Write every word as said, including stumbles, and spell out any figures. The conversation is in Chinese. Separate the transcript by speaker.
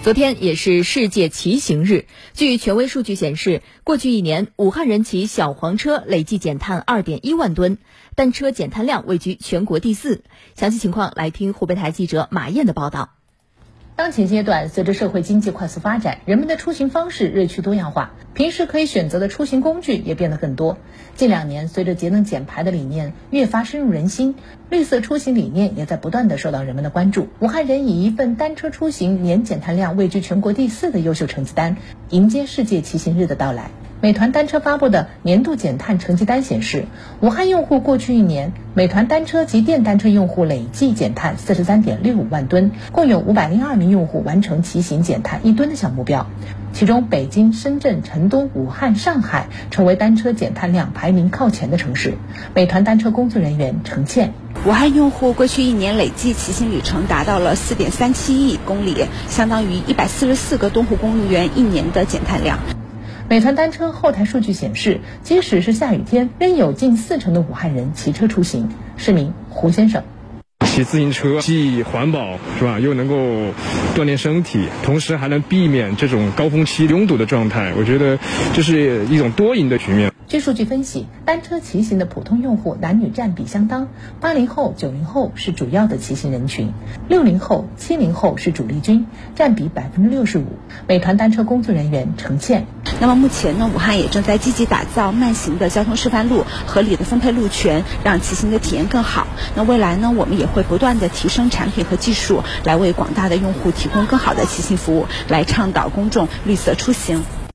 Speaker 1: 昨天也是世界骑行日。据权威数据显示，过去一年，武汉人骑小黄车累计减碳 二点一万吨，单车减碳量位居全国第四。详细情况来听湖北台记者马燕的报道。
Speaker 2: 当前阶段，随着社会经济快速发展，人们的出行方式日趋多样化，平时可以选择的出行工具也变得更多。近两年，随着节能减排的理念越发深入人心，绿色出行理念也在不断的受到人们的关注。武汉人以一份单车出行年减碳量位居全国第四的优秀成绩单，迎接世界骑行日的到来。美团单车发布的年度减碳成绩单显示，武汉用户过去一年，美团单车及电单车用户累计减碳 四十三点六五万吨，共有五百零二名用户完成骑行减碳一吨的小目标。其中，北京、深圳、成都、武汉、上海成为单车减碳量排名靠前的城市。美团单车工作人员程倩：
Speaker 3: 武汉用户过去一年累计骑行里程达到了 四点三七亿公里，相当于一百四十四个东湖公路员一年的减碳量。
Speaker 2: 美团单车后台数据显示，即使是下雨天，仍有近四成的武汉人骑车出行。市民胡先生：
Speaker 4: 骑自行车既环保是吧，又能够锻炼身体，同时还能避免这种高峰期拥堵的状态，我觉得这是一种多赢的局面。
Speaker 2: 据数据分析，单车骑行的普通用户男女占比相当，八零后、九零后是主要的骑行人群，六零后、七零后是主力军，占比百分之六十五。美团单车工作人员程倩：
Speaker 3: 那么目前呢，武汉也正在积极打造慢行的交通示范路，合理的分配路权，让骑行的体验更好。那未来呢，我们也会不断的提升产品和技术，来为广大的用户提供更好的骑行服务，来倡导公众绿色出行。